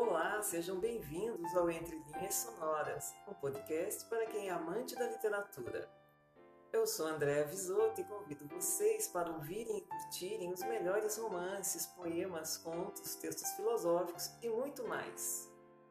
Olá, sejam bem-vindos ao Entre Linhas Sonoras, um podcast para quem é amante da literatura. Eu sou Andréa Visoto e convido vocês para ouvirem e curtirem os melhores romances, poemas, contos, textos filosóficos e muito mais.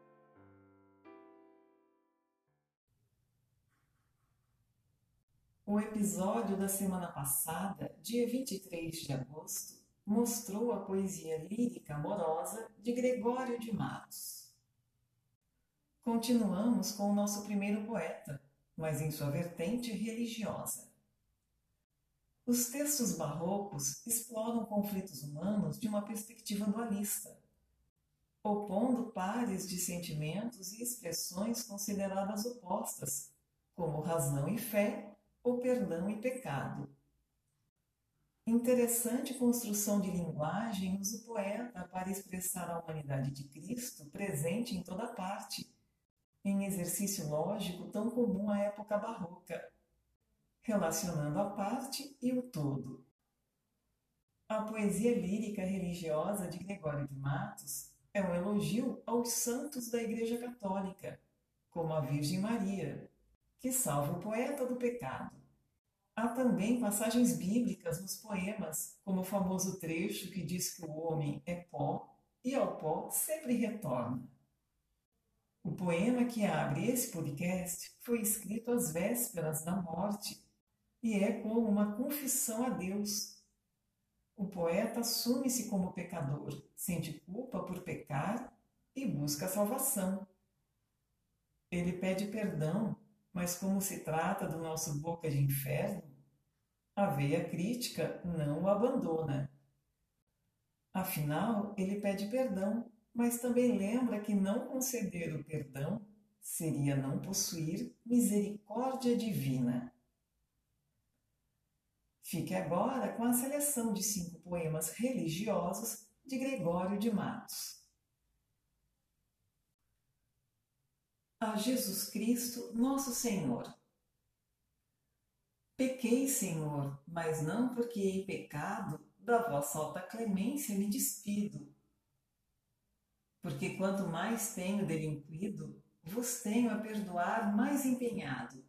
O episódio da semana passada, dia 23 de agosto, mostrou a poesia lírica amorosa de Gregório de Matos. Continuamos com o nosso primeiro poeta, mas em sua vertente religiosa. Os textos barrocos exploram conflitos humanos de uma perspectiva dualista, opondo pares de sentimentos e expressões consideradas opostas, como razão e fé ou perdão e pecado. Interessante construção de linguagem usa o poeta para expressar a humanidade de Cristo presente em toda parte, em exercício lógico tão comum à época barroca, relacionando a parte e o todo. A poesia lírica religiosa de Gregório de Matos é um elogio aos santos da Igreja Católica, como a Virgem Maria, que salva o poeta do pecado. Há também passagens bíblicas nos poemas, como o famoso trecho que diz que o homem é pó e ao pó sempre retorna. O poema que abre esse podcast foi escrito às vésperas da morte e é como uma confissão a Deus. O poeta assume-se como pecador, sente culpa por pecar e busca a salvação. Ele pede perdão, mas como se trata do nosso boca de inferno, a veia crítica não o abandona. Afinal, ele pede perdão, mas também lembra que não conceder o perdão seria não possuir misericórdia divina. Fique agora com a seleção de 5 poemas religiosos de Gregório de Matos. A Jesus Cristo, nosso Senhor. Pequei, Senhor, mas não porque em pecado da vossa alta clemência me despido. Porque quanto mais tenho delinquido, vos tenho a perdoar mais empenhado.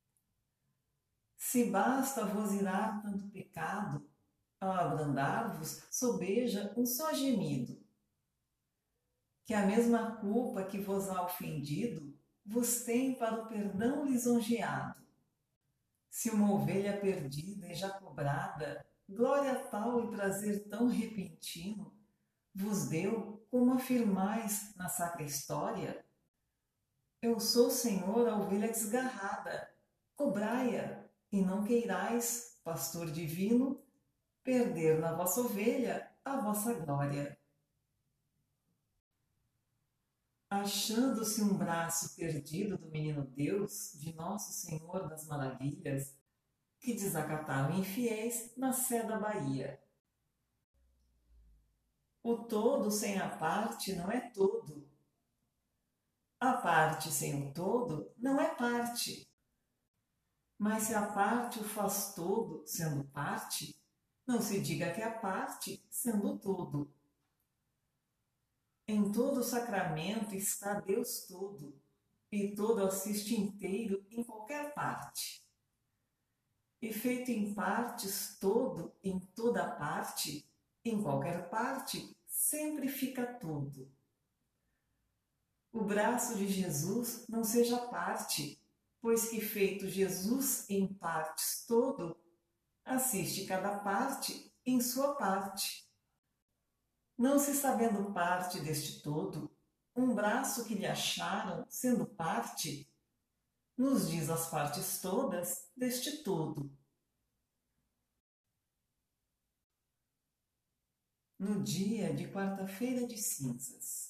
Se basta vos irar tanto pecado, ao abrandar-vos sobeja um só gemido. Que a mesma culpa que vos há ofendido, vos tem para o perdão lisonjeado. Se uma ovelha perdida e já cobrada, glória tal e prazer tão repentino, vos deu, como afirmais na sacra história? Eu sou, Senhor, a ovelha desgarrada, cobrai-a, e não queirais, pastor divino, perder na vossa ovelha a vossa glória. Achando-se um braço perdido do menino Deus, de nosso Senhor das Maravilhas, que desacataram infiéis na sé da Bahia. O todo sem a parte não é todo. A parte sem o todo não é parte. Mas se a parte o faz todo, sendo parte, não se diga que a parte, sendo todo. Em todo o sacramento está Deus todo, e todo assiste inteiro em qualquer parte. E feito em partes todo, em toda parte, em qualquer parte, sempre fica todo. O braço de Jesus não seja parte, pois que feito Jesus em partes todo, assiste cada parte em sua parte. Não se sabendo parte deste todo, um braço que lhe acharam, sendo parte, nos diz as partes todas deste todo. No dia de quarta-feira de cinzas.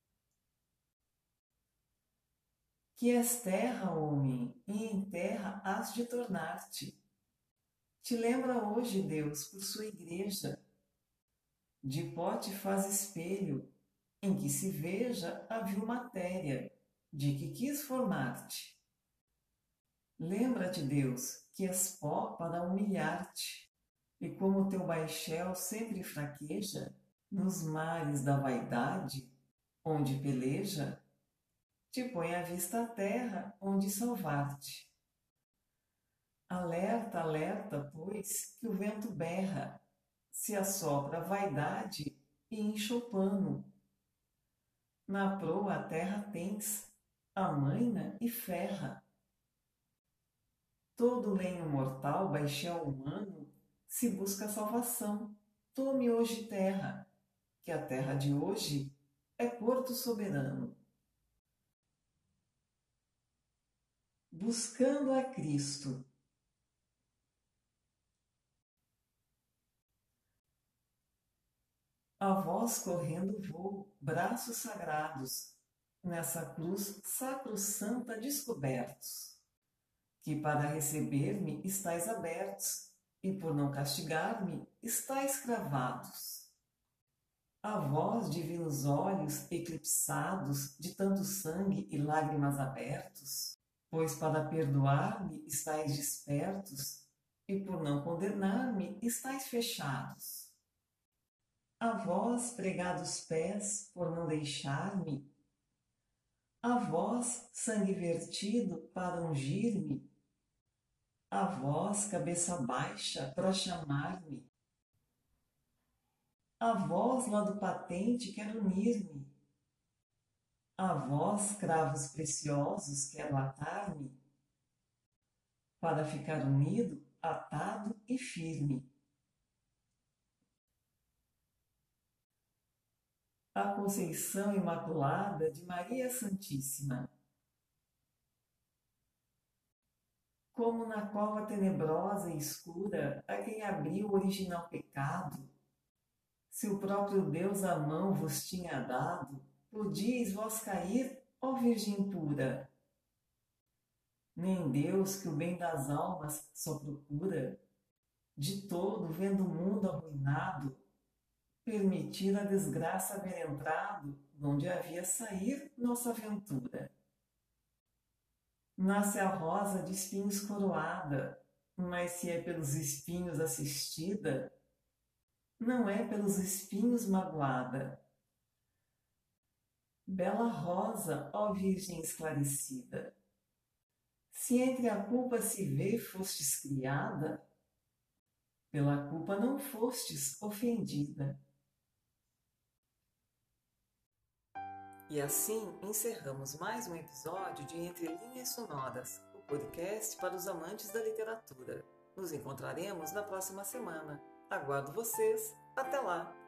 Que és terra, homem, e em terra has de tornar-te. Te lembra hoje, Deus, por sua igreja. De pó te faz espelho, em que se veja a vil matéria, de que quis formar-te. Lembra-te, Deus, que és pó para humilhar-te, e como teu baixel sempre fraqueja, nos mares da vaidade, onde peleja, te põe à vista a terra onde salvar-te. Alerta, alerta, pois, que o vento berra, se assopra a vaidade e incha o pano. Na proa a terra tens, amaina e ferra. Todo lenho mortal, baixel humano, se busca a salvação. Tome hoje terra, que a terra de hoje é porto soberano. Buscando a Cristo. A vós correndo vou, braços sagrados, nessa cruz sacrossanta descobertos, que para receber-me estáis abertos, e por não castigar-me estáis cravados. A vós, divinos olhos eclipsados de tanto sangue e lágrimas abertos, pois para perdoar-me estáis despertos, e por não condenar-me estáis fechados. A vós, pregados pés, por não deixar-me, a vós, sangue vertido para ungir-me, a vós, cabeça baixa para chamar-me, a vós, lado patente, quero unir-me, a vós, cravos preciosos, quero atar-me, para ficar unido, atado e firme. A Conceição Imaculada de Maria Santíssima. Como na cova tenebrosa e escura a quem abriu o original pecado, se o próprio Deus a mão vos tinha dado, podíeis vós cair, ó Virgem pura. Nem Deus, que o bem das almas só procura, de todo, vendo o mundo arruinado, permitir a desgraça haver entrado, donde havia sair nossa aventura. Nasce a rosa de espinhos coroada, mas se é pelos espinhos assistida, não é pelos espinhos magoada. Bela rosa, ó Virgem esclarecida, se entre a culpa se vê fostes criada, pela culpa não fostes ofendida. E assim encerramos mais um episódio de Entre Linhas Sonoras, o podcast para os amantes da literatura. Nos encontraremos na próxima semana. Aguardo vocês. Até lá!